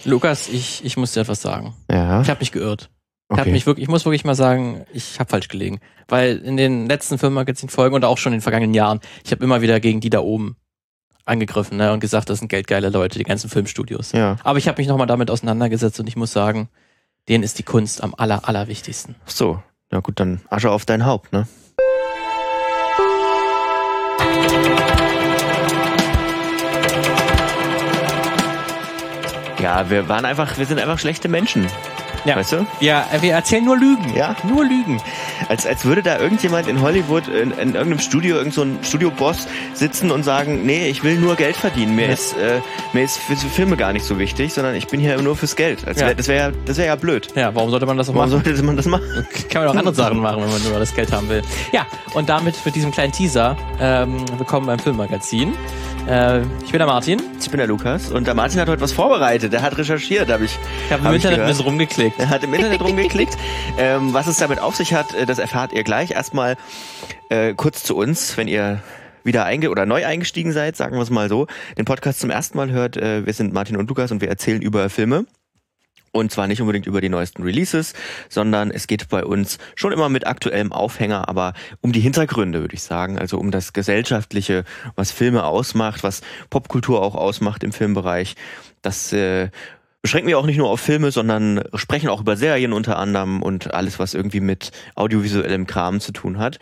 Lukas, ich muss dir etwas sagen. Ja. Ich habe mich geirrt. Okay. Ich muss wirklich mal sagen, ich habe falsch gelegen. Weil in den letzten Filmmagazin-Folgen und auch schon in den vergangenen Jahren, ich habe immer wieder gegen die da oben angegriffen, ne, und gesagt, das sind geldgeile Leute, die ganzen Filmstudios. Ja. Aber ich habe mich nochmal damit auseinandergesetzt und ich muss sagen, denen ist die Kunst am allerwichtigsten. So, ja gut, dann Asche auf dein Haupt, ne? Ja, wir sind einfach schlechte Menschen. Ja. Weißt du? Ja, wir erzählen nur Lügen. Ja. Nur Lügen. Als würde da irgendjemand in Hollywood in irgendeinem Studio, irgend so ein Studioboss sitzen und sagen, nee, ich will nur Geld verdienen. Mir ist für Filme gar nicht so wichtig, sondern ich bin hier nur fürs Geld. Das wäre ja blöd. Ja, warum sollte man das auch Warum machen? sollte man das machen? Kann man auch andere Sachen machen, wenn man nur das Geld haben will. Ja, und damit mit diesem kleinen Teaser willkommen beim Filmmagazin. Ich bin der Martin. Ich bin der Lukas und der Martin hat heute was vorbereitet. Der hat recherchiert, Ich habe im Internet ein bisschen rumgeklickt. Er hat im Internet rumgeklickt. Was es damit auf sich hat, das erfahrt ihr gleich. Erstmal kurz zu uns, wenn ihr wieder neu eingestiegen seid, sagen wir es mal so, den Podcast zum ersten Mal hört. Wir sind Martin und Lukas und wir erzählen über Filme. Und zwar nicht unbedingt über die neuesten Releases, sondern es geht bei uns schon immer mit aktuellem Aufhänger, aber um die Hintergründe, würde ich sagen. Also um das Gesellschaftliche, was Filme ausmacht, was Popkultur auch ausmacht im Filmbereich. Das beschränken wir auch nicht nur auf Filme, sondern sprechen auch über Serien unter anderem und alles, was irgendwie mit audiovisuellem Kram zu tun hat.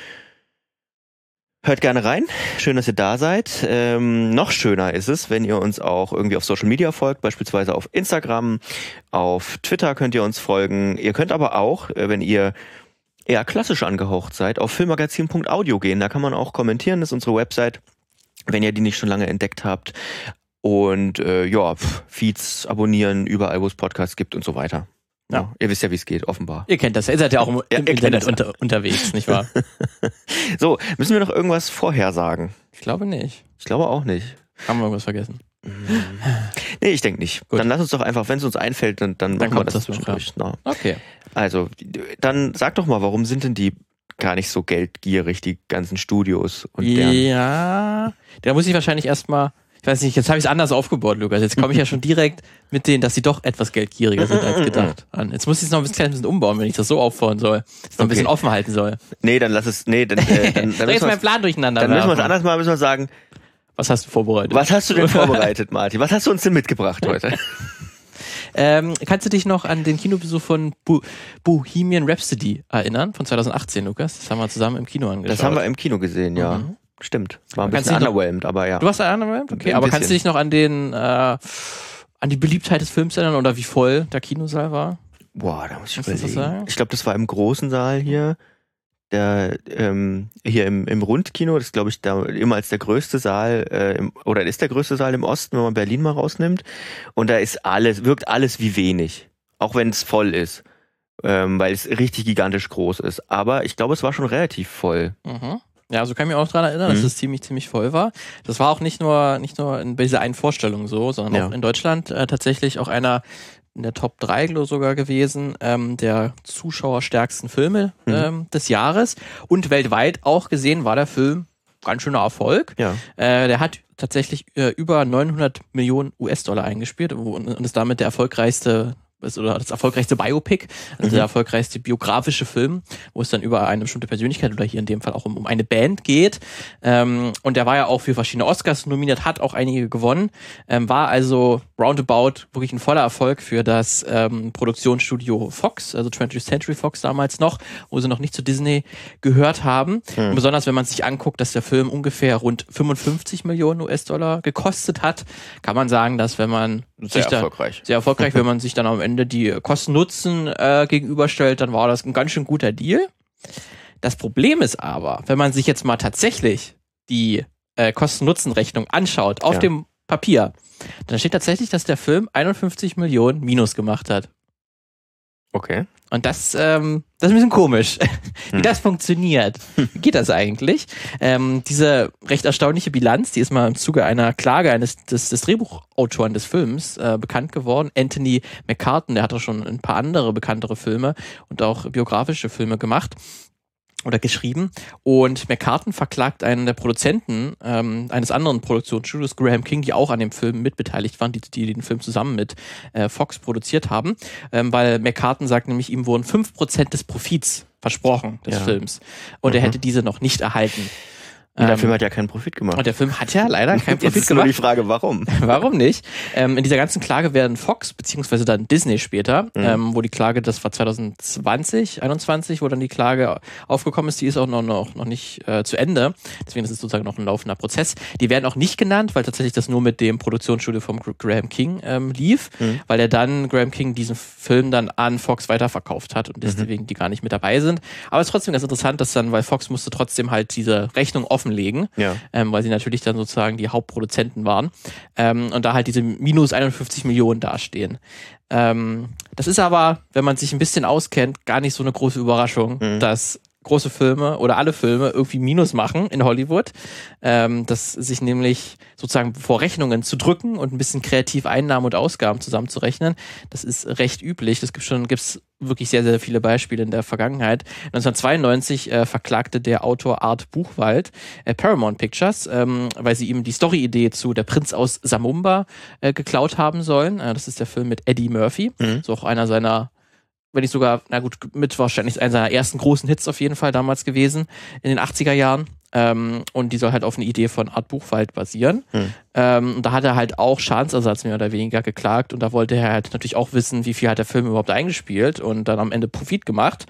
Hört gerne rein. Schön, dass ihr da seid. Noch schöner ist es, wenn ihr uns auch irgendwie auf Social Media folgt, beispielsweise auf Instagram, auf Twitter könnt ihr uns folgen. Ihr könnt aber auch, wenn ihr eher klassisch angehaucht seid, auf filmmagazin.audio gehen. Da kann man auch kommentieren, das ist unsere Website, wenn ihr die nicht schon lange entdeckt habt. Und Feeds abonnieren, überall wo es Podcasts gibt und so weiter. Ja, ihr wisst ja, wie es geht, offenbar. Ihr kennt das, ihr seid ja auch im Internet unterwegs, nicht wahr? So, müssen wir noch irgendwas vorhersagen? Ich glaube nicht. Ich glaube auch nicht. Haben wir irgendwas vergessen? Nee, ich denke nicht. Gut. Dann lass uns doch einfach, wenn es uns einfällt, dann machen wir das durch. No. Okay. Also, dann sag doch mal, warum sind denn die gar nicht so geldgierig, die ganzen Studios? Und ja, da muss ich wahrscheinlich erstmal... Ich weiß nicht, jetzt habe ich es anders aufgebaut, Lukas. Jetzt komme ich ja schon direkt mit denen, dass sie doch etwas geldgieriger sind als gedacht an. Jetzt muss ich es noch ein bisschen umbauen, wenn ich das so aufbauen soll. Das noch ein bisschen offen halten soll. Nee, dann lass es, dann jetzt mein Plan durcheinander. Dann müssen wir es anders machen, müssen wir sagen. Was hast du vorbereitet? Was hast du denn vorbereitet, Martin? Was hast du uns denn mitgebracht heute? Kannst du dich noch an den Kinobesuch von Bohemian Rhapsody erinnern? Von 2018, Lukas? Das haben wir zusammen im Kino angeschaut. Das haben wir im Kino gesehen, ja. Mhm. Stimmt. War ein bisschen underwhelmed, aber ja. Du warst underwhelmed? Okay, aber kannst du dich noch an die Beliebtheit des Films erinnern oder wie voll der Kinosaal war? Boah, da muss ich überlegen. Ich glaube, das war im großen Saal hier. Hier im Rundkino, das ist, glaube ich, da immer als der größte Saal, oder ist der größte Saal im Osten, wenn man Berlin mal rausnimmt. Und da wirkt alles wie wenig. Auch wenn es voll ist. Weil es richtig gigantisch groß ist. Aber ich glaube, es war schon relativ voll. Mhm. Ja, so kann ich mich auch daran erinnern, dass es ziemlich voll war. Das war auch nicht nur in dieser einen Vorstellung so, sondern auch in Deutschland tatsächlich auch einer in der Top 3 sogar gewesen, der zuschauerstärksten Filme des Jahres. Und weltweit auch gesehen war der Film ganz schöner Erfolg. Ja. Der hat tatsächlich über 900 Millionen US-Dollar eingespielt und ist damit der erfolgreichste Biopic, also der erfolgreichste biografische Film, wo es dann über eine bestimmte Persönlichkeit oder hier in dem Fall auch um eine Band geht. Und der war ja auch für verschiedene Oscars nominiert, hat auch einige gewonnen, war also roundabout wirklich ein voller Erfolg für das Produktionsstudio Fox, also 20th Century Fox damals noch, wo sie noch nicht zu Disney gehört haben. Und besonders wenn man sich anguckt, dass der Film ungefähr rund 55 Millionen US-Dollar gekostet hat, kann man sagen, dass wenn man sehr erfolgreich, wenn man sich dann am Ende die Kosten-Nutzen gegenüberstellt, dann war das ein ganz schön guter Deal. Das Problem ist aber, wenn man sich jetzt mal tatsächlich die Kosten-Nutzen-Rechnung anschaut auf dem Papier, dann steht tatsächlich, dass der Film 51 Millionen Minus gemacht hat. Okay. Und das ist ein bisschen komisch, wie das funktioniert. Wie geht das eigentlich? Diese recht erstaunliche Bilanz, die ist mal im Zuge einer Klage des Drehbuchautoren des Films bekannt geworden. Anthony McCartan, der hat auch schon ein paar andere bekanntere Filme und auch biografische Filme gemacht. oder geschrieben. Und McCartan verklagt einen der Produzenten eines anderen Produktionsstudios, Graham King, die auch an dem Film mitbeteiligt waren, die den Film zusammen mit Fox produziert haben, weil McCartan sagt nämlich, ihm wurden 5% des Profits versprochen des Films und er hätte diese noch nicht erhalten. Und der Film hat ja keinen Profit gemacht. Und der Film hat ja leider keinen Profit gemacht. Jetzt ist nur die Frage, warum? Warum nicht? In dieser ganzen Klage werden Fox, beziehungsweise dann Disney später, wo die Klage, das war 2021, wo dann die Klage aufgekommen ist, die ist auch noch nicht zu Ende. Deswegen ist es sozusagen noch ein laufender Prozess. Die werden auch nicht genannt, weil tatsächlich das nur mit dem Produktionsstudio von Graham King lief, weil er dann, Graham King, diesen Film dann an Fox weiterverkauft hat und deswegen die gar nicht mit dabei sind. Aber es ist trotzdem ganz interessant, dass dann, weil Fox musste trotzdem halt diese Rechnung offenlegen, weil sie natürlich dann sozusagen die Hauptproduzenten waren und da halt diese minus 51 Millionen dastehen. Das ist aber, wenn man sich ein bisschen auskennt, gar nicht so eine große Überraschung, dass große Filme oder alle Filme irgendwie Minus machen in Hollywood, dass sich nämlich sozusagen vor Rechnungen zu drücken und ein bisschen kreativ Einnahmen und Ausgaben zusammenzurechnen, das ist recht üblich. Das gibt's wirklich sehr, sehr viele Beispiele in der Vergangenheit. 1992 verklagte der Autor Art Buchwald Paramount Pictures, weil sie ihm die Story-Idee zu Der Prinz aus Samumba geklaut haben sollen. Das ist der Film mit Eddie Murphy. So auch einer seiner, wenn nicht sogar, mit wahrscheinlich einer seiner ersten großen Hits auf jeden Fall damals gewesen, in den 80er Jahren. Und die soll halt auf eine Idee von Art Buchwald basieren. Und da hat er halt auch Schadensersatz mehr oder weniger geklagt und da wollte er halt natürlich auch wissen, wie viel hat der Film überhaupt eingespielt und dann am Ende Profit gemacht.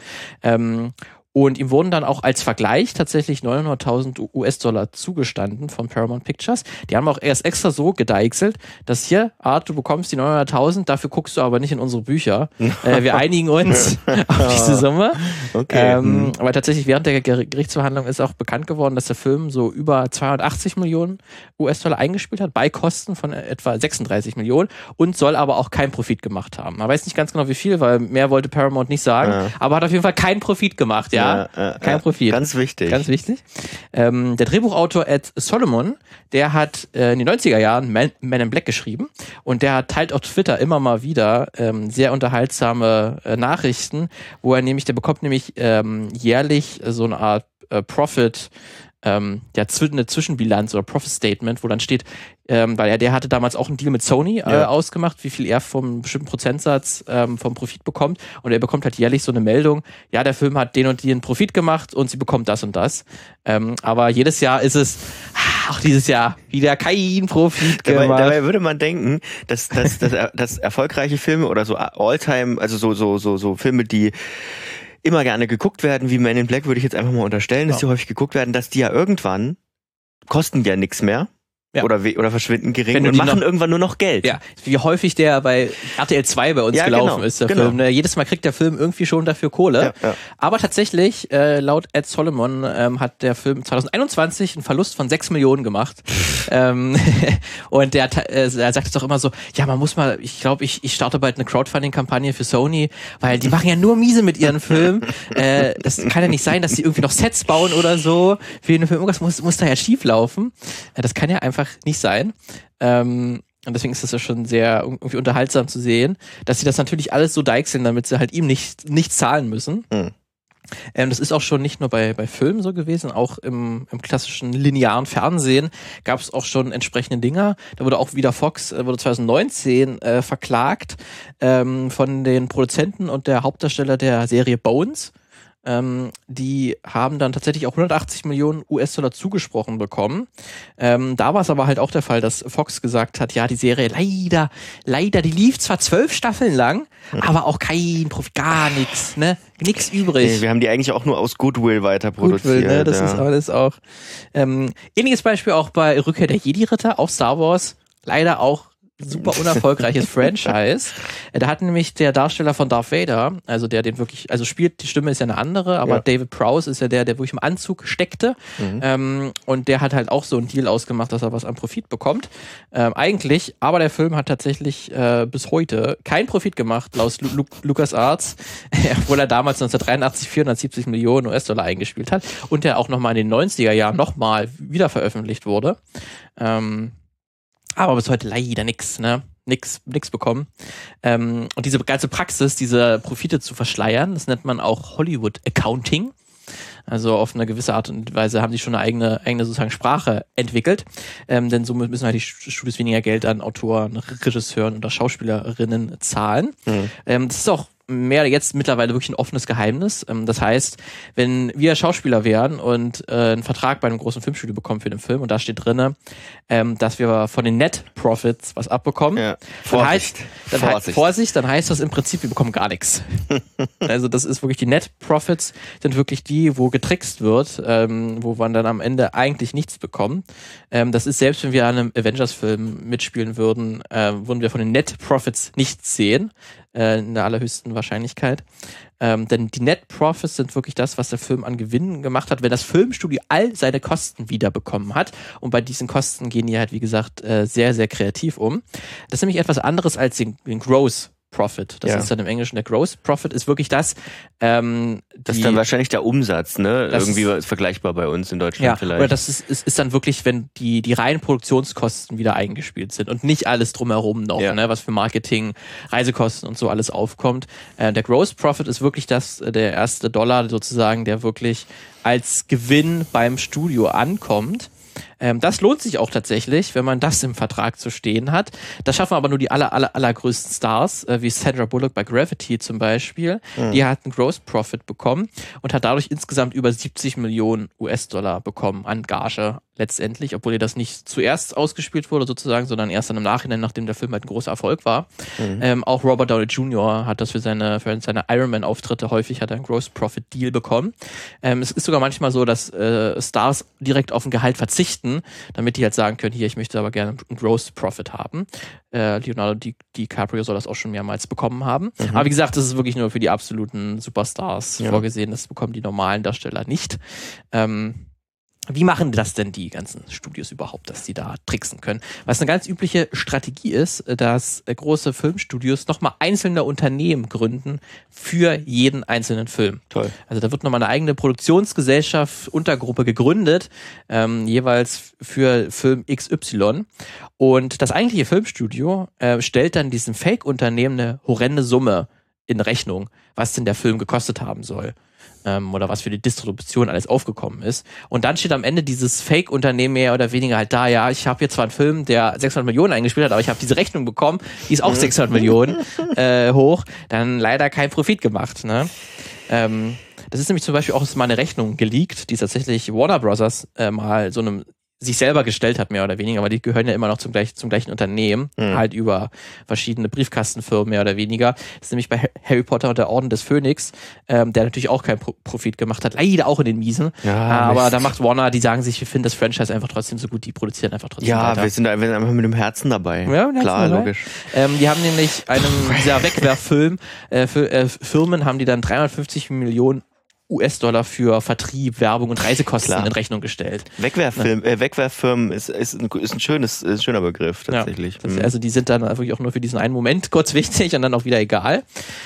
Und ihm wurden dann auch als Vergleich tatsächlich 900.000 US-Dollar zugestanden von Paramount Pictures. Die haben auch erst extra so gedeichselt, dass hier, Art, du bekommst die 900.000, dafür guckst du aber nicht in unsere Bücher. Wir einigen uns auf diese Summe. Okay. Aber tatsächlich während der Gerichtsverhandlung ist auch bekannt geworden, dass der Film so über 280 Millionen US-Dollar eingespielt hat, bei Kosten von etwa 36 Millionen und soll aber auch keinen Profit gemacht haben. Man weiß nicht ganz genau wie viel, weil mehr wollte Paramount nicht sagen, aber hat auf jeden Fall keinen Profit gemacht, kein Profit. Ganz wichtig. Ganz wichtig. Der Drehbuchautor Ed Solomon, der hat in den 90er Jahren Men in Black geschrieben und der teilt auf Twitter immer mal wieder sehr unterhaltsame Nachrichten, der bekommt nämlich jährlich so eine Art Profit, eine Zwischenbilanz oder Profit Statement, wo dann steht, weil der hatte damals auch einen Deal mit Sony ausgemacht, wie viel er vom bestimmten Prozentsatz vom Profit bekommt und er bekommt halt jährlich so eine Meldung, ja, der Film hat den und den Profit gemacht und sie bekommt das und das. Aber jedes Jahr ist es, auch dieses Jahr wieder kein Profit gemacht. Dabei würde man denken, dass erfolgreiche Filme oder so Alltime, also so Filme, die immer gerne geguckt werden, wie Men in Black, würde ich jetzt einfach mal unterstellen, dass die häufig geguckt werden, dass die ja irgendwann kosten ja nichts mehr. Ja. Oder verschwinden gering und machen irgendwann nur noch Geld. Ja, wie häufig der bei RTL 2 bei uns gelaufen ist, der Film. Ne? Jedes Mal kriegt der Film irgendwie schon dafür Kohle. Ja. Aber tatsächlich, laut Ed Solomon, hat der Film 2021 einen Verlust von 6 Millionen gemacht. Und er sagt es doch immer so, ja, man muss mal, ich glaube, ich starte bald eine Crowdfunding-Kampagne für Sony, weil die machen ja nur miese mit ihren Filmen. Das kann ja nicht sein, dass die irgendwie noch Sets bauen oder so. Für den Film irgendwas muss da ja schief laufen. Das kann ja einfach nicht sein. Und deswegen ist das ja schon sehr irgendwie unterhaltsam zu sehen, dass sie das natürlich alles so deichseln, damit sie halt ihm nicht zahlen müssen. Das ist auch schon nicht nur bei Filmen so gewesen, auch im klassischen linearen Fernsehen gab es auch schon entsprechende Dinger. Da wurde auch wieder Fox, wurde 2019 verklagt von den Produzenten und der Hauptdarsteller der Serie Bones. Die haben dann tatsächlich auch 180 Millionen US-Dollar zugesprochen bekommen. Da war es aber halt auch der Fall, dass Fox gesagt hat, ja, die Serie leider, die lief zwar 12 Staffeln lang, aber auch kein Profit, gar nichts, ne? Nix übrig. Nee, wir haben die eigentlich auch nur aus Goodwill weiter produziert. Goodwill, ne? Das ist alles auch. Ähnliches Beispiel auch bei Rückkehr der Jedi-Ritter, auch Star Wars. Leider auch super unerfolgreiches Franchise. Da hat nämlich der Darsteller von Darth Vader, also der den wirklich, also spielt, die Stimme ist ja eine andere, aber David Prowse ist ja der wirklich im Anzug steckte. Und der hat halt auch so einen Deal ausgemacht, dass er was an Profit bekommt. Eigentlich, aber der Film hat tatsächlich bis heute keinen Profit gemacht, laut LucasArts, obwohl er damals 1983 470 Millionen US-Dollar eingespielt hat und der auch nochmal in den 90er Jahren nochmal wieder veröffentlicht wurde. Aber bis heute leider nix bekommen. Und diese ganze Praxis, diese Profite zu verschleiern, das nennt man auch Hollywood Accounting. Also auf eine gewisse Art und Weise haben die schon eine eigene sozusagen Sprache entwickelt. Denn somit müssen halt die Studios weniger Geld an Autoren, Regisseuren oder Schauspielerinnen zahlen. Das ist auch mehr jetzt mittlerweile wirklich ein offenes Geheimnis. Das heißt, wenn wir Schauspieler wären und einen Vertrag bei einem großen Filmstudio bekommen für den Film und da steht drinne, dass wir von den Net Profits was abbekommen, Vorsicht, dann heißt das im Prinzip, wir bekommen gar nichts. Also das ist wirklich, die Net Profits sind wirklich die, wo getrickst wird, wo man dann am Ende eigentlich nichts bekommt. Das ist, selbst wenn wir an einem Avengers-Film mitspielen würden, würden wir von den Net Profits nichts sehen. In der allerhöchsten Wahrscheinlichkeit. Denn die Net Profits sind wirklich das, was der Film an Gewinnen gemacht hat, wenn das Filmstudio all seine Kosten wieder bekommen hat. Und bei diesen Kosten gehen die halt, wie gesagt, sehr, sehr kreativ um. Das ist nämlich etwas anderes als den Gross Profit. Das ist dann im Englischen der Gross Profit, ist wirklich das. Das ist dann wahrscheinlich der Umsatz, ne? Irgendwie ist vergleichbar bei uns in Deutschland vielleicht. Oder das ist dann wirklich, wenn die reinen Produktionskosten wieder eingespielt sind und nicht alles drumherum noch, ne? Was für Marketing, Reisekosten und so alles aufkommt. Der Gross Profit ist wirklich der erste Dollar sozusagen, der wirklich als Gewinn beim Studio ankommt. Das lohnt sich auch tatsächlich, wenn man das im Vertrag zu stehen hat. Das schaffen aber nur die allergrößten Stars, wie Sandra Bullock bei Gravity zum Beispiel. Die hat einen Gross Profit bekommen und hat dadurch insgesamt über 70 Millionen US-Dollar bekommen an Gage letztendlich, obwohl ihr das nicht zuerst ausgespielt wurde sozusagen, sondern erst dann im Nachhinein, nachdem der Film halt ein großer Erfolg war. Auch Robert Downey Jr. hat das für seine Iron Man-Auftritte häufig, hat er einen Gross Profit Deal bekommen. Es ist sogar manchmal so, dass Stars direkt auf ein Gehalt verzichten, damit die halt sagen können, hier, ich möchte aber gerne einen Gross Profit haben. Leonardo DiCaprio soll das auch schon mehrmals bekommen haben. Aber wie gesagt, das ist wirklich nur für die absoluten Superstars vorgesehen. Das bekommen die normalen Darsteller nicht. Wie machen das denn die ganzen Studios überhaupt, dass die da tricksen können? Was eine ganz übliche Strategie ist, dass große Filmstudios nochmal einzelne Unternehmen gründen für jeden einzelnen Film. Toll. Also da wird nochmal eine eigene Produktionsgesellschaft, Untergruppe gegründet, jeweils für Film XY. Und das eigentliche Filmstudio stellt dann diesem Fake-Unternehmen eine horrende Summe in Rechnung, was denn der Film gekostet haben soll. Oder was für die Distribution alles aufgekommen ist. Und dann steht am Ende dieses Fake-Unternehmen mehr oder weniger halt da, ja, ich habe hier zwar einen Film, der 600 Millionen eingespielt hat, aber ich habe diese Rechnung bekommen, die ist auch 600 Millionen hoch, dann leider kein Profit gemacht. Ne? Das ist nämlich zum Beispiel auch mal eine Rechnung geleakt, die tatsächlich Warner Brothers mal so einem sich selber gestellt hat, mehr oder weniger, aber die gehören ja immer noch zum gleichen Unternehmen, halt über verschiedene Briefkastenfirmen, mehr oder weniger. Das ist nämlich bei Harry Potter und der Orden des Phönix, der natürlich auch keinen Profit gemacht hat, leider auch in den Miesen. Ja, aber da macht Warner, die sagen sich, wir finden das Franchise einfach trotzdem so gut, die produzieren einfach trotzdem weiter. Wir sind einfach mit dem Herzen dabei. Ja, klar, logisch. Die haben nämlich dieser Wegwerffilmen haben die dann 350 Millionen US-Dollar für Vertrieb, Werbung und Reisekosten in Rechnung gestellt. Wegwerffirmen ist ein schöner Begriff tatsächlich. Ja, also die sind dann wirklich auch nur für diesen einen Moment kurz wichtig und dann auch wieder egal.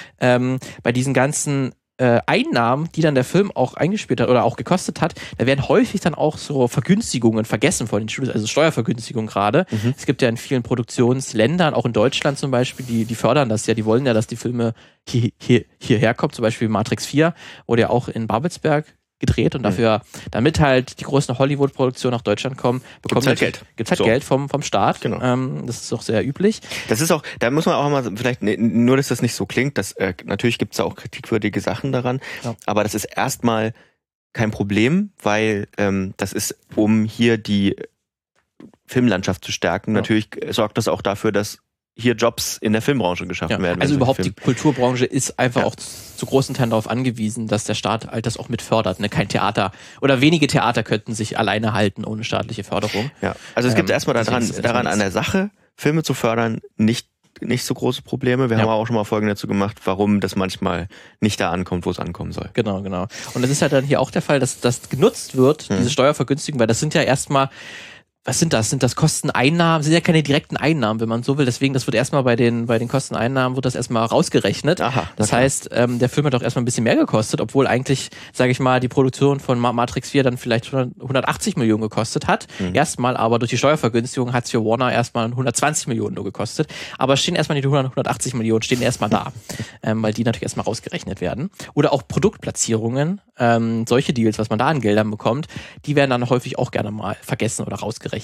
Bei diesen ganzen Einnahmen, die dann der Film auch eingespielt hat oder auch gekostet hat, da werden häufig dann auch so Vergünstigungen vergessen von den Studios, also Steuervergünstigungen gerade. Es gibt ja in vielen Produktionsländern, auch in Deutschland zum Beispiel, die fördern das ja, die wollen ja, dass die Filme hierher kommen, zum Beispiel Matrix 4 wurde ja auch in Babelsberg gedreht und dafür, damit halt die großen Hollywood-Produktionen nach Deutschland kommen, gibt's halt Geld vom Staat. Genau. Das ist auch sehr üblich. Das ist auch, da muss man auch mal vielleicht, nur dass das nicht so klingt, dass natürlich gibt's da auch kritikwürdige Sachen daran, aber das ist erstmal kein Problem, weil das ist, um hier die Filmlandschaft zu stärken. Natürlich sorgt das auch dafür, dass hier Jobs in der Filmbranche geschaffen werden. Also überhaupt die Kulturbranche ist einfach auch zu großen Teilen darauf angewiesen, dass der Staat halt das auch mit fördert. Ne? Kein Theater oder wenige Theater könnten sich alleine halten ohne staatliche Förderung. Ja, also es gibt erstmal daran an der Sache, Filme zu fördern, nicht so große Probleme. Wir haben auch schon mal Folgen dazu gemacht, warum das manchmal nicht da ankommt, wo es ankommen soll. Genau. Und das ist halt dann hier auch der Fall, dass das genutzt wird, diese Steuervergünstigung, weil das sind ja erstmal was sind das? Sind das Kosteneinnahmen? Sind ja keine direkten Einnahmen, wenn man so will. Deswegen, das wird erstmal bei den Kosteneinnahmen wird das erstmal rausgerechnet. Aha, das heißt, der Film hat auch erstmal ein bisschen mehr gekostet, obwohl eigentlich, sage ich mal, die Produktion von Matrix 4 dann vielleicht 180 Millionen gekostet hat. Erstmal, aber durch die Steuervergünstigung hat es für Warner erstmal 120 Millionen nur gekostet. Aber stehen erstmal die 180 Millionen, stehen erstmal da, weil die natürlich erstmal rausgerechnet werden. Oder auch Produktplatzierungen, solche Deals, was man da an Geldern bekommt, die werden dann häufig auch gerne mal vergessen oder rausgerechnet.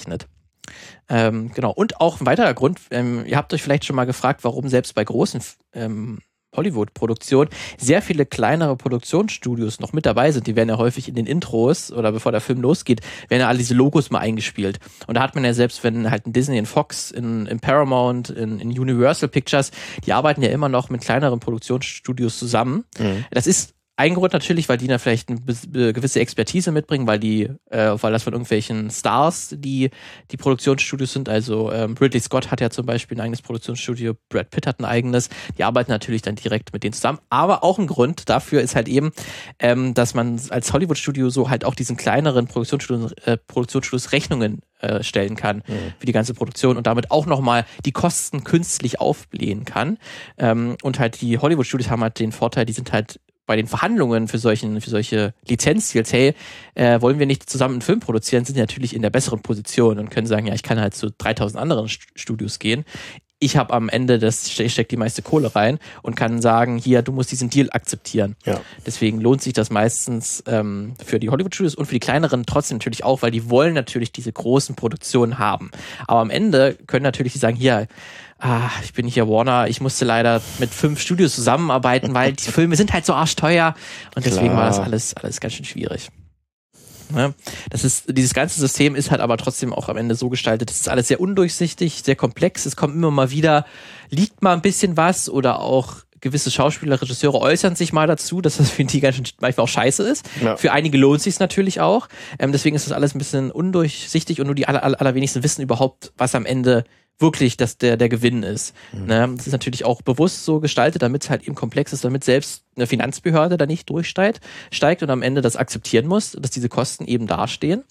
Genau. Und auch ein weiterer Grund, ihr habt euch vielleicht schon mal gefragt, warum selbst bei großen Hollywood-Produktionen sehr viele kleinere Produktionsstudios noch mit dabei sind. Die werden ja häufig in den Intros oder bevor der Film losgeht, werden ja alle diese Logos mal eingespielt. Und da hat man ja selbst, wenn halt ein Disney, in Fox, in Paramount, in Universal Pictures, die arbeiten ja immer noch mit kleineren Produktionsstudios zusammen. Das ist ein Grund natürlich, weil die da vielleicht eine gewisse Expertise mitbringen, weil das von irgendwelchen Stars die Produktionsstudios sind. Also Ridley Scott hat ja zum Beispiel ein eigenes Produktionsstudio, Brad Pitt hat ein eigenes. Die arbeiten natürlich dann direkt mit denen zusammen. Aber auch ein Grund dafür ist halt eben, dass man als Hollywood-Studio so halt auch diesen kleineren Produktionsstudios Rechnungen stellen kann für die ganze Produktion und damit auch nochmal die Kosten künstlich aufblähen kann. Und halt die Hollywood-Studios haben halt den Vorteil, die sind halt bei den Verhandlungen für solche Lizenzdeals, hey, wollen wir nicht zusammen einen Film produzieren, sind die natürlich in der besseren Position und können sagen, ja, ich kann halt zu 3000 anderen Studios gehen. Ich habe am Ende ich steck die meiste Kohle rein und kann sagen, hier, du musst diesen Deal akzeptieren. Ja. Deswegen lohnt sich das meistens für die Hollywood-Studios und für die kleineren trotzdem natürlich auch, weil die wollen natürlich diese großen Produktionen haben. Aber am Ende können natürlich die sagen, hier, ich bin hier Warner, ich musste leider mit 5 Studios zusammenarbeiten, weil die Filme sind halt so arschteuer und deswegen war das alles ganz schön schwierig. Ne? Dieses ganze System ist halt aber trotzdem auch am Ende so gestaltet, das ist alles sehr undurchsichtig, sehr komplex, es kommt immer mal wieder, liegt mal ein bisschen was oder auch gewisse Schauspieler, Regisseure äußern sich mal dazu, dass das für die ganz schön manchmal auch scheiße ist. Ja. Für einige lohnt es sich natürlich auch. Deswegen ist das alles ein bisschen undurchsichtig und nur die allerwenigsten wissen überhaupt, was am Ende wirklich der Gewinn ist. Ne? Das ist natürlich auch bewusst so gestaltet, damit es halt eben komplex ist, damit selbst eine Finanzbehörde da nicht durchsteigt und am Ende das akzeptieren muss, dass diese Kosten eben dastehen.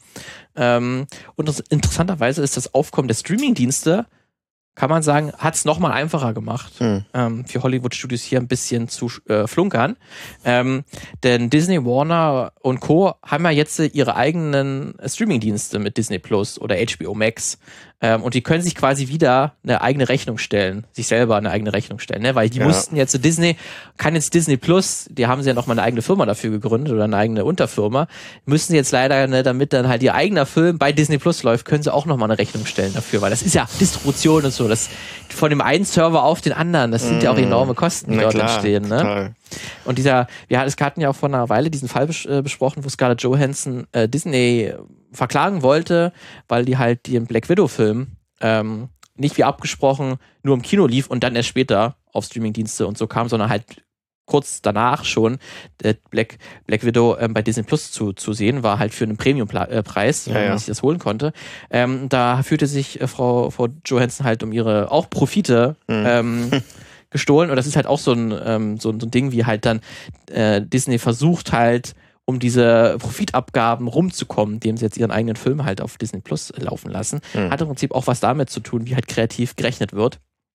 Und interessanterweise ist das Aufkommen der Streamingdienste, kann man sagen, hat es nochmal einfacher gemacht, für Hollywood-Studios hier ein bisschen zu flunkern. Denn Disney, Warner und Co. haben ja jetzt ihre eigenen Streaming-Dienste mit Disney Plus oder HBO Max. Und die können sich quasi wieder eine eigene Rechnung stellen, sich selber eine eigene Rechnung stellen, ne? Weil die mussten jetzt kann jetzt Disney Plus, die haben sie ja nochmal eine eigene Firma dafür gegründet oder eine eigene Unterfirma, müssen sie jetzt leider, ne, damit dann halt ihr eigener Film bei Disney Plus läuft, können sie auch nochmal eine Rechnung stellen dafür, weil das ist ja Distribution und so, das von dem einen Server auf den anderen, das sind ja auch enorme Kosten, die dort entstehen, ne? Total. Und es hatten ja auch vor einer Weile diesen Fall besprochen, wo Scarlett Johansson Disney verklagen wollte, weil die halt den Black Widow-Film nicht wie abgesprochen nur im Kino lief und dann erst später auf Streamingdienste und so kam, sondern halt kurz danach schon Black Widow bei Disney Plus zu sehen, war halt für einen Premium-Preis, wenn man sich das holen konnte. Da fühlte sich Frau Johansson halt um ihre auch Profite gestohlen und das ist halt auch so ein Ding, wie halt dann Disney versucht halt, um diese Profitabgaben rumzukommen, indem sie jetzt ihren eigenen Film halt auf Disney Plus laufen lassen. Hat im Prinzip auch was damit zu tun, wie halt kreativ gerechnet wird.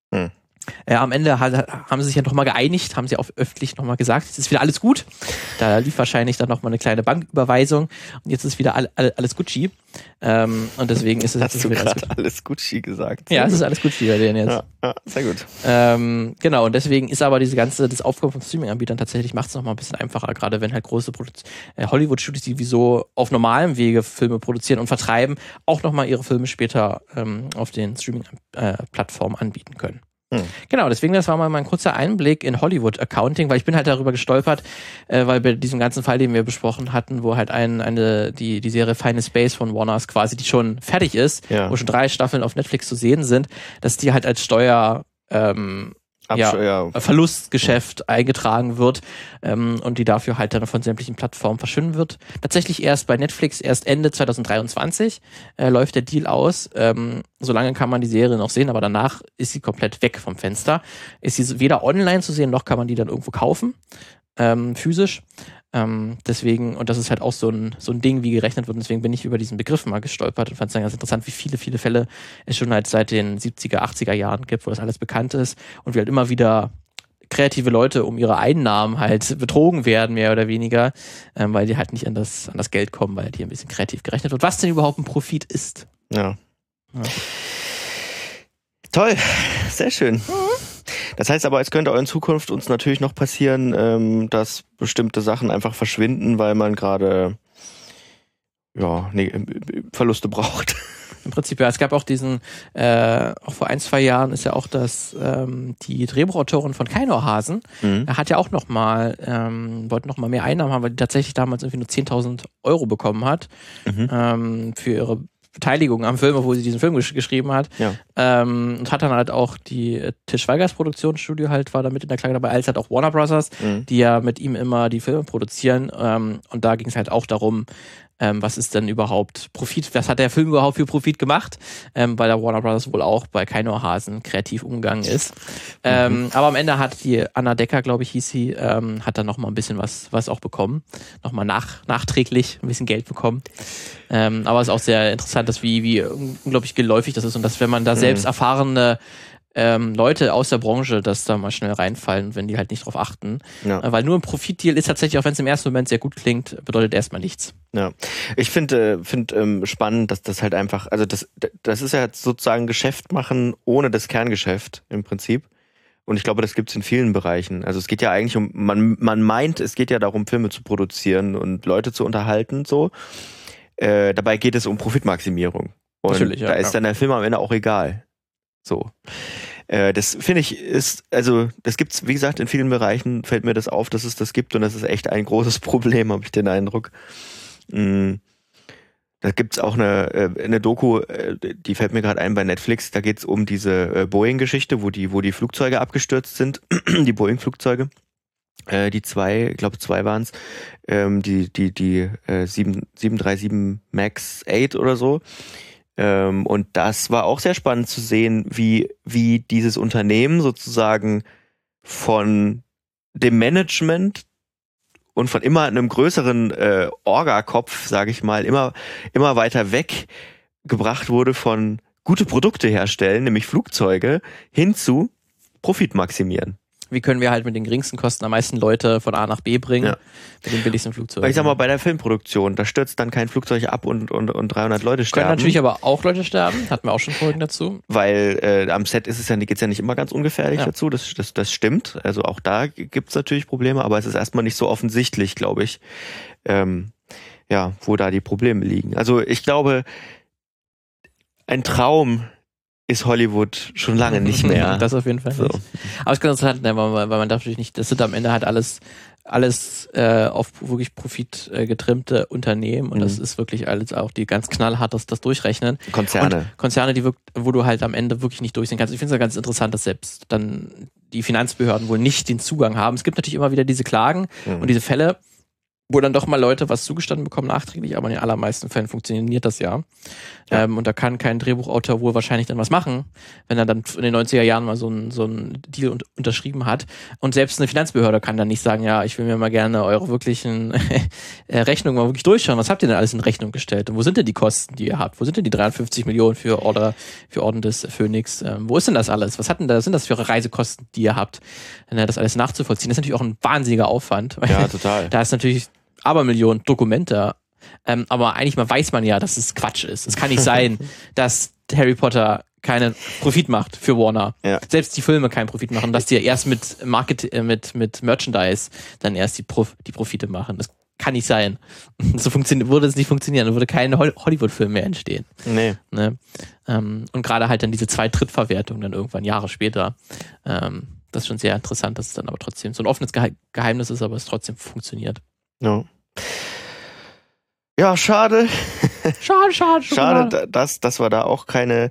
Am Ende haben sie sich ja nochmal geeinigt, haben sie auch öffentlich nochmal gesagt, jetzt ist wieder alles gut. Da lief wahrscheinlich dann nochmal eine kleine Banküberweisung und jetzt ist wieder alles Gucci. Und deswegen ist es jetzt wieder alles Gucci gesagt. Ja, es ist alles Gucci bei denen jetzt. Ja, sehr gut. Genau, und deswegen ist aber das Aufkommen von Streaming-Anbietern tatsächlich macht es nochmal ein bisschen einfacher, gerade wenn halt große Hollywood-Studios, die sowieso auf normalem Wege Filme produzieren und vertreiben, auch nochmal ihre Filme später auf den Streaming-Plattformen anbieten können. Genau, deswegen, das war mal ein kurzer Einblick in Hollywood-Accounting, weil ich bin halt darüber gestolpert, weil bei diesem ganzen Fall, den wir besprochen hatten, wo halt die Serie Final Space von Warners quasi, die schon fertig ist, wo schon 3 Staffeln auf Netflix zu sehen sind, dass die halt als Verlustgeschäft eingetragen wird und die dafür halt dann von sämtlichen Plattformen verschwinden wird. Tatsächlich erst bei Netflix, erst Ende 2023 läuft der Deal aus. Solange kann man die Serie noch sehen, aber danach ist sie komplett weg vom Fenster. Ist sie weder online zu sehen, noch kann man die dann irgendwo kaufen, physisch. Deswegen, und das ist halt auch so ein Ding, wie gerechnet wird, und deswegen bin ich über diesen Begriff mal gestolpert und fand es dann ganz interessant, wie viele Fälle es schon halt seit den 70er, 80er Jahren gibt, wo das alles bekannt ist und wie halt immer wieder kreative Leute um ihre Einnahmen halt betrogen werden, mehr oder weniger, weil die halt nicht an das Geld kommen, weil halt hier ein bisschen kreativ gerechnet wird. Was denn überhaupt ein Profit ist. Ja. Toll, sehr schön. Das heißt aber, es könnte auch in Zukunft uns natürlich noch passieren, dass bestimmte Sachen einfach verschwinden, weil man gerade Verluste braucht. Im Prinzip, ja. Es gab auch diesen, auch vor 1-2 Jahren ist ja auch die Drehbuchautorin von Keinohasen, hat ja auch wollte noch mal mehr Einnahmen haben, weil die tatsächlich damals irgendwie nur 10.000 Euro bekommen hat für ihre Beteiligung am Film, obwohl sie diesen Film geschrieben hat. Ja. Und hat dann halt auch die Til Schweigers Produktionsstudio halt, war da mit in der Klage dabei, als halt auch Warner Brothers, die ja mit ihm immer die Filme produzieren. Und da ging es halt auch darum, was ist denn überhaupt Profit, was hat der Film überhaupt für Profit gemacht, weil der Warner Brothers wohl auch bei Keinohasen kreativ umgegangen ist. Aber am Ende hat die Anna Decker, glaube ich, hieß sie, hat dann nochmal ein bisschen was auch bekommen, nochmal nachträglich ein bisschen Geld bekommen. Aber es ist auch sehr interessant, dass wie unglaublich geläufig das ist und dass, wenn man da selbst erfahrene Leute aus der Branche, dass da mal schnell reinfallen, wenn die halt nicht drauf achten. Ja. Weil nur ein Profitdeal ist tatsächlich, auch wenn es im ersten Moment sehr gut klingt, bedeutet erstmal nichts. Ja, ich finde spannend, dass das halt einfach, also das ist ja jetzt sozusagen Geschäft machen ohne das Kerngeschäft im Prinzip. Und ich glaube, das gibt es in vielen Bereichen. Also es geht ja eigentlich man meint, es geht ja darum, Filme zu produzieren und Leute zu unterhalten, so. Dabei geht es um Profitmaximierung. Und natürlich, ja, da ist dann der Film am Ende auch egal. So. Das finde ich das gibt's, wie gesagt, in vielen Bereichen fällt mir das auf, dass es das gibt und das ist echt ein großes Problem, habe ich den Eindruck. Da gibt's auch eine Doku, die fällt mir gerade ein bei Netflix, da geht's um diese Boeing-Geschichte, wo die Flugzeuge abgestürzt sind, die Boeing-Flugzeuge. Die zwei waren's, die 737 MAX 8 oder so. Und das war auch sehr spannend zu sehen, wie dieses Unternehmen sozusagen von dem Management und von immer einem größeren Orga-Kopf, sage ich mal, immer weiter weg gebracht wurde von gute Produkte herstellen, nämlich Flugzeuge, hin zu Profit maximieren. Wie können wir halt mit den geringsten Kosten am meisten Leute von A nach B bringen, mit den billigsten Flugzeugen. Weil ich sag mal, bei der Filmproduktion, da stürzt dann kein Flugzeug ab und 300 Leute sterben. Können natürlich aber auch Leute sterben, hatten wir auch schon Folgen dazu. Weil am Set geht's ja nicht immer ganz ungefährlich dazu, das stimmt. Also auch da gibt's natürlich Probleme, aber es ist erstmal nicht so offensichtlich, glaube ich, wo da die Probleme liegen. Also ich glaube, ein Traum ist Hollywood schon lange nicht mehr. Das auf jeden Fall nicht. Aber es ist ganz interessant, weil man darf natürlich nicht, das sind am Ende halt alles auf wirklich Profit getrimmte Unternehmen und das ist wirklich alles auch, die ganz knallhart das durchrechnen. Konzerne. Und Konzerne, wo du halt am Ende wirklich nicht durchsehen kannst. Ich finde es ja ganz interessant, dass selbst dann die Finanzbehörden wohl nicht den Zugang haben. Es gibt natürlich immer wieder diese Klagen und diese Fälle, wo dann doch mal Leute was zugestanden bekommen nachträglich, aber in den allermeisten Fällen funktioniert das ja. Und da kann kein Drehbuchautor wohl wahrscheinlich dann was machen, wenn er dann in den 90er Jahren mal so ein Deal unterschrieben hat. Und selbst eine Finanzbehörde kann dann nicht sagen, ja, ich will mir mal gerne eure wirklichen Rechnungen mal wirklich durchschauen. Was habt ihr denn alles in Rechnung gestellt? Und wo sind denn die Kosten, die ihr habt? Wo sind denn die 53 Millionen für Orden des Phönix? Wo ist denn das alles? Was sind das für Reisekosten, die ihr habt? Das alles nachzuvollziehen, das ist natürlich auch ein wahnsinniger Aufwand. Ja, total. Da ist natürlich Abermillionen Dokumente. Aber eigentlich weiß man ja, dass es Quatsch ist. Es kann nicht sein, dass Harry Potter keinen Profit macht für Warner. Ja. Selbst die Filme keinen Profit machen, dass die ja erst mit Merchandise dann erst die Profite machen. Das kann nicht sein. So würde es nicht funktionieren. Dann würde kein Hollywood-Film mehr entstehen. Nee. Ne? Und gerade halt dann diese Zwei-Dritt-Verwertung dann irgendwann Jahre später. Das ist schon sehr interessant, dass es dann aber trotzdem so ein offenes Geheimnis ist, aber es trotzdem funktioniert. Ja. Ja, schade. Schade, dass wir da auch keine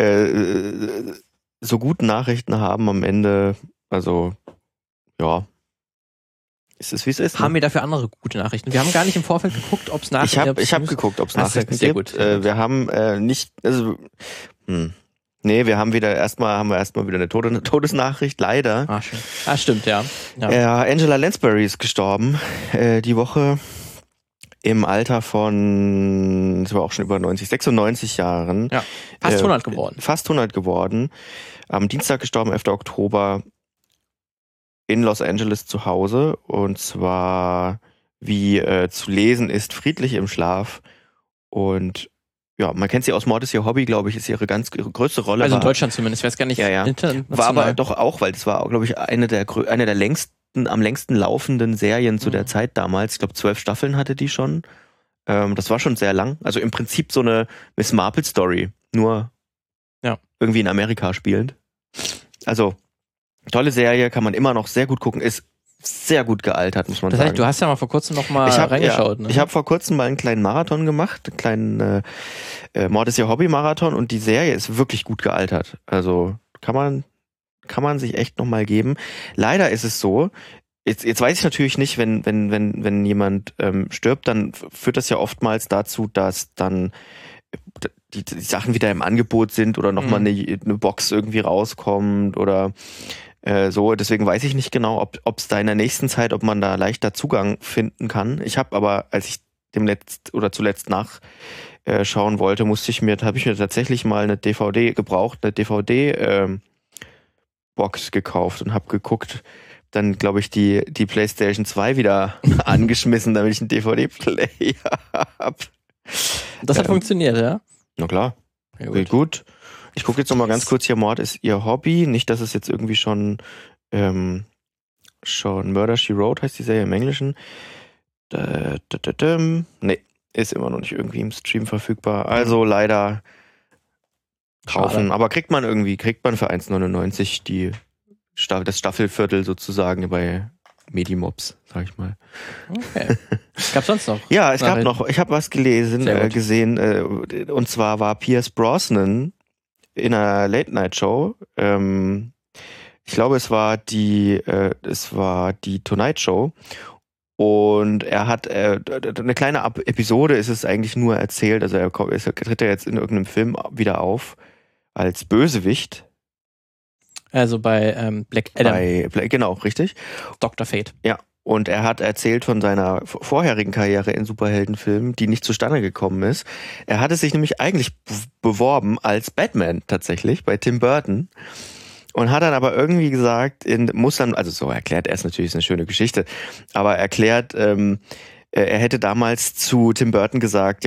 so guten Nachrichten haben am Ende. Also, ja. Ist es, wie es ist. Haben wir dafür andere gute Nachrichten? Wir haben gar nicht im Vorfeld geguckt, ob es Nachrichten gibt. Ich hab geguckt, ob es Nachrichten gibt. Wir haben nicht, also, Nee, wir haben erstmal wieder eine Todesnachricht, leider. Ah, schön. Ah, stimmt, ja. Angela Lansbury ist gestorben, die Woche im Alter von, das war auch schon über 96 Jahren. Ja, fast 100 geworden. Fast 100 geworden. Am Dienstag gestorben, 11. Oktober, in Los Angeles zu Hause. Und zwar, wie zu lesen ist, friedlich im Schlaf. Und ja, man kennt sie aus Mord ist ihr Hobby, glaube ich, ist ihre ganz größte Rolle. Also in Deutschland zumindest, ich weiß gar nicht. Ja. War aber doch auch, weil das war, glaube ich, eine der am längsten laufenden Serien zu der Zeit damals. Ich glaube, 12 Staffeln hatte die schon. Das war schon sehr lang. Also im Prinzip so eine Miss Marple Story, nur irgendwie in Amerika spielend. Also tolle Serie, kann man immer noch sehr gut gucken, ist sehr gut gealtert, muss man sagen. Du hast ja mal vor kurzem noch mal reingeschaut. Ne? Ich habe vor kurzem mal einen kleinen Marathon gemacht, einen kleinen Mord ist ihr Hobby-Marathon, und die Serie ist wirklich gut gealtert. Also kann man sich echt noch mal geben. Leider ist es so, jetzt weiß ich natürlich nicht, wenn jemand stirbt, dann führt das ja oftmals dazu, dass dann die Sachen wieder im Angebot sind oder nochmal eine Box irgendwie rauskommt oder so. Deswegen weiß ich nicht genau, ob es da in der nächsten Zeit, ob man da leichter Zugang finden kann. Ich habe aber, als ich zuletzt nachschauen wollte, habe ich mir tatsächlich mal eine DVD Box gekauft und habe geguckt, dann glaube ich die PlayStation 2 wieder angeschmissen, damit ich einen DVD-Player habe. Das hat funktioniert, ja? Na klar. Ja, gut. Ich gucke jetzt noch mal ganz kurz hier, Mord ist ihr Hobby. Nicht, dass es jetzt irgendwie schon Murder, She Wrote heißt die Serie im Englischen. Nee, ist immer noch nicht irgendwie im Stream verfügbar. Also leider kaufen. Schade. Aber kriegt man für 1,99 das Staffelviertel sozusagen bei Medimobs, sag ich mal. Okay. Gab's sonst noch? Ja, es gab noch. Ich habe was gesehen, und zwar war Pierce Brosnan in einer Late-Night-Show. Ich glaube, es war die Tonight Show. Und er hat eine kleine Episode, ist es eigentlich nur erzählt. Also er tritt jetzt in irgendeinem Film wieder auf als Bösewicht. Also bei Black Adam. Genau, richtig. Dr. Fate. Ja. Und er hat erzählt von seiner vorherigen Karriere in Superheldenfilmen, die nicht zustande gekommen ist. Er hatte sich nämlich eigentlich beworben als Batman tatsächlich bei Tim Burton. Und hat dann aber irgendwie gesagt, also so erklärt er es natürlich, ist eine schöne Geschichte, aber erklärt, er hätte damals zu Tim Burton gesagt,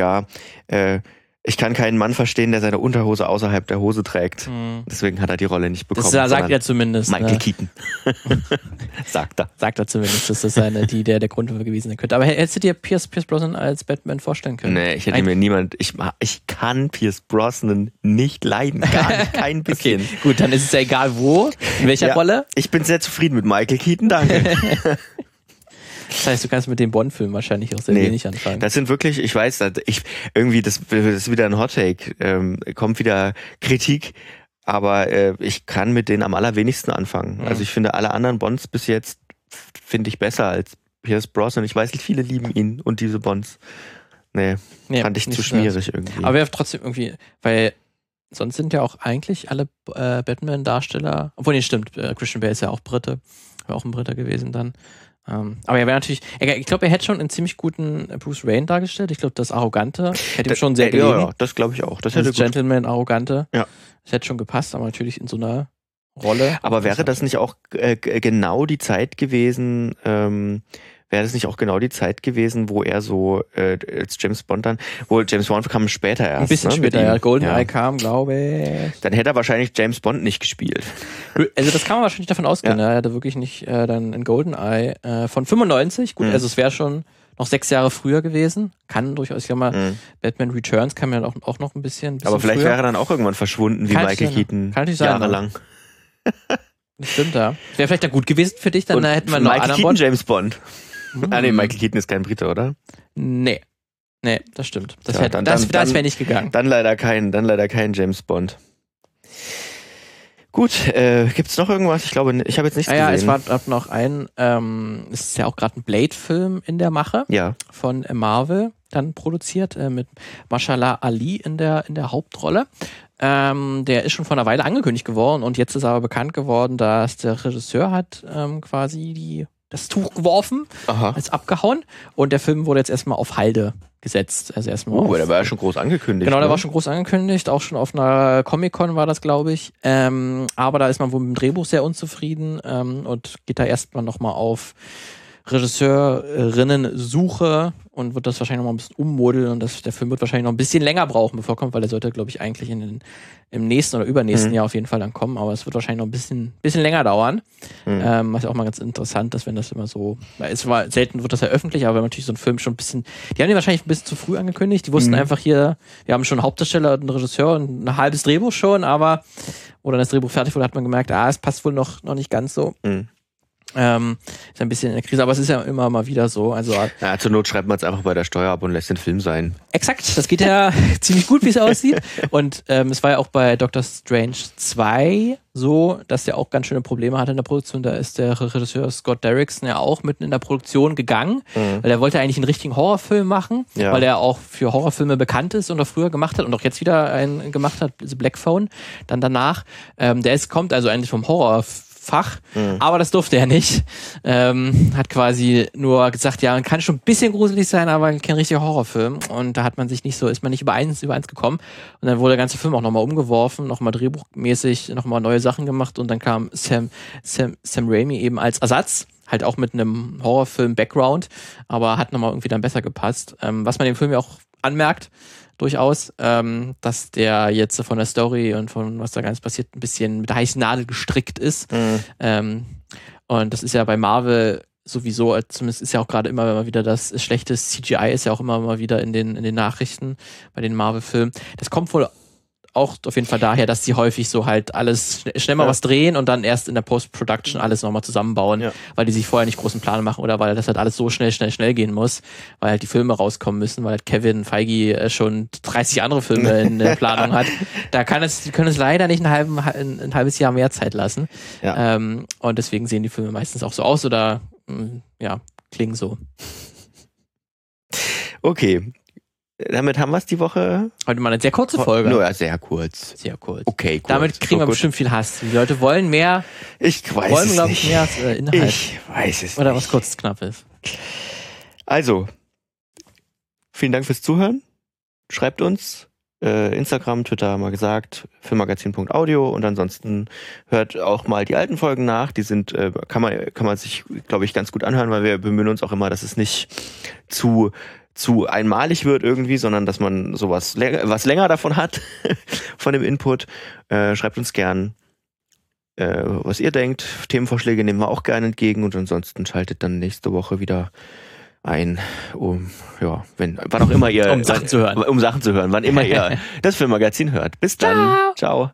ich kann keinen Mann verstehen, der seine Unterhose außerhalb der Hose trägt. Deswegen hat er die Rolle nicht bekommen. Das sagt er zumindest. Michael Keaton. Sagt er. Sagt er zumindest, dass das der Grund gewesen sein könnte. Aber hättest du dir Pierce Brosnan als Batman vorstellen können? Nee, ich kann Pierce Brosnan nicht leiden. Gar nicht, kein bisschen. Okay, gut, dann ist es ja egal wo, in welcher Rolle. Ich bin sehr zufrieden mit Michael Keaton, danke. Das heißt, du kannst mit dem Bond-Film wahrscheinlich auch sehr wenig anfangen. Das sind wirklich, ich weiß, das ist wieder ein Hot-Take, kommt wieder Kritik, aber ich kann mit denen am allerwenigsten anfangen. Also ich finde alle anderen Bonds bis jetzt, finde ich besser als Pierce Brosnan. Ich weiß nicht, viele lieben ihn und diese Bonds. Nee, fand ich zu schmierig irgendwie. Aber wäre trotzdem irgendwie, weil sonst sind ja auch eigentlich alle Batman-Darsteller, obwohl nicht stimmt, Christian Bale ist ja auch Brite, wäre auch ein Brite gewesen dann. Aber er wäre natürlich, ich glaube, er hätte schon einen ziemlich guten Bruce Wayne dargestellt. Ich glaube, das Arrogante hätte ihm schon sehr gelegen. Ja, das glaube ich auch. Das Gentleman, Arrogante. Ja. Das hätte schon gepasst, aber natürlich in so einer Rolle. Aber wäre das nicht auch genau die Zeit gewesen, wo er so als James Bond James Bond kam später erst. Ein bisschen später, ja. GoldenEye kam, glaube ich. Dann hätte er wahrscheinlich James Bond nicht gespielt. Also das kann man wahrscheinlich davon ausgehen. Ja. Er hatte wirklich nicht dann in GoldenEye von 95. Gut, also es wäre schon noch 6 Jahre früher gewesen. Kann durchaus, ich glaube mal, Batman Returns kann man auch noch ein bisschen aber vielleicht früher. Wäre er dann auch irgendwann verschwunden, wie Michael Keaton. Kann natürlich sein. Jahrelang. Das stimmt, ja. Wäre vielleicht dann gut gewesen für dich, dann hätten wir noch Michael Keaton, James Bond. Nee, Michael Keaton ist kein Brite, oder? Nee, das stimmt. Das wäre nicht gegangen. Dann leider kein James Bond. Gut, gibt's noch irgendwas? Ich glaube, ich habe jetzt nichts gesehen. Ja, es war noch es ist ja auch gerade ein Blade-Film in der Mache. Ja. Von Marvel dann produziert, mit Mahershala Ali in der Hauptrolle. Der ist schon vor einer Weile angekündigt geworden und jetzt ist aber bekannt geworden, dass der Regisseur hat quasi das Tuch geworfen, ist abgehauen und der Film wurde jetzt erstmal auf Halde gesetzt. Also erstmal der war ja schon groß angekündigt. Genau, der war schon groß angekündigt, auch schon auf einer Comic-Con war das, glaube ich. Aber da ist man wohl mit dem Drehbuch sehr unzufrieden und geht da erstmal nochmal auf Regisseurinnen-Suche und wird das wahrscheinlich noch mal ein bisschen ummodeln und der Film wird wahrscheinlich noch ein bisschen länger brauchen, bevor er kommt, weil er sollte, glaube ich, eigentlich im nächsten oder übernächsten Jahr auf jeden Fall dann kommen, aber es wird wahrscheinlich noch ein bisschen länger dauern. Was ja auch mal ganz interessant ist, wenn das immer so, selten wird das ja öffentlich, aber wenn man natürlich so einen Film schon ein bisschen, die haben den wahrscheinlich ein bisschen zu früh angekündigt, die wussten einfach hier, wir haben schon einen Hauptdarsteller, einen Regisseur und ein halbes Drehbuch schon, aber, wo dann das Drehbuch fertig wurde, hat man gemerkt, es passt wohl noch nicht ganz so. Ist ein bisschen in der Krise, aber es ist ja immer mal wieder so. Also, zur Not schreibt man es einfach bei der Steuer ab und lässt den Film sein. Exakt, das geht ja ziemlich gut, wie es aussieht. Und es war ja auch bei Doctor Strange 2 so, dass der auch ganz schöne Probleme hatte in der Produktion. Da ist der Regisseur Scott Derrickson ja auch mitten in der Produktion gegangen, weil er wollte eigentlich einen richtigen Horrorfilm machen, weil er auch für Horrorfilme bekannt ist und auch früher gemacht hat und auch jetzt wieder einen gemacht hat, The Black Phone, dann danach. Kommt also eigentlich vom Horrorfach, aber das durfte er nicht. Hat quasi nur gesagt, ja, man kann schon ein bisschen gruselig sein, aber kein richtiger Horrorfilm. Und da ist man nicht übereins gekommen. Und dann wurde der ganze Film auch nochmal umgeworfen, nochmal drehbuchmäßig, nochmal neue Sachen gemacht und dann kam Sam Raimi eben als Ersatz, halt auch mit einem Horrorfilm-Background, aber hat nochmal irgendwie dann besser gepasst. Was man dem Film ja auch anmerkt, durchaus, dass der jetzt von der Story und von was da ganz passiert ein bisschen mit der heißen Nadel gestrickt ist. Und das ist ja bei Marvel sowieso, zumindest ist ja auch gerade immer wieder das schlechte CGI ist ja auch immer mal wieder in den Nachrichten bei den Marvel-Filmen. Das kommt wohl auch auf jeden Fall daher, dass die häufig so halt alles schnell mal was drehen und dann erst in der Post-Production alles nochmal zusammenbauen, weil die sich vorher nicht großen Pläne machen oder weil das halt alles so schnell gehen muss, weil halt die Filme rauskommen müssen, weil halt Kevin Feige schon 30 andere Filme in der Planung hat. Die können es leider nicht ein halbes Jahr mehr Zeit lassen. Und deswegen sehen die Filme meistens auch so aus oder klingen so. Okay. Damit haben wir es die Woche. Heute mal eine sehr kurze Folge. Nur sehr kurz. Sehr kurz. Okay, gut. Damit kriegen wir bestimmt viel Hass. Die Leute wollen mehr. Ich weiß es glaube ich, mehr als Inhalt. Ich weiß es Oder nicht. was kurz knapp ist. Also, vielen Dank fürs Zuhören. Schreibt uns. Instagram, Twitter haben wir gesagt, filmmagazin.audio und ansonsten hört auch mal die alten Folgen nach. Die sind, kann man sich, glaube ich, ganz gut anhören, weil wir bemühen uns auch immer, dass es nicht zu einmalig wird irgendwie, sondern dass man was länger davon hat, von dem Input. Schreibt uns gern, was ihr denkt. Themenvorschläge nehmen wir auch gerne entgegen und ansonsten schaltet dann nächste Woche wieder ein, wann auch immer ihr, um Sachen zu hören, wann immer ihr das Filmmagazin hört. Bis dann. Ciao.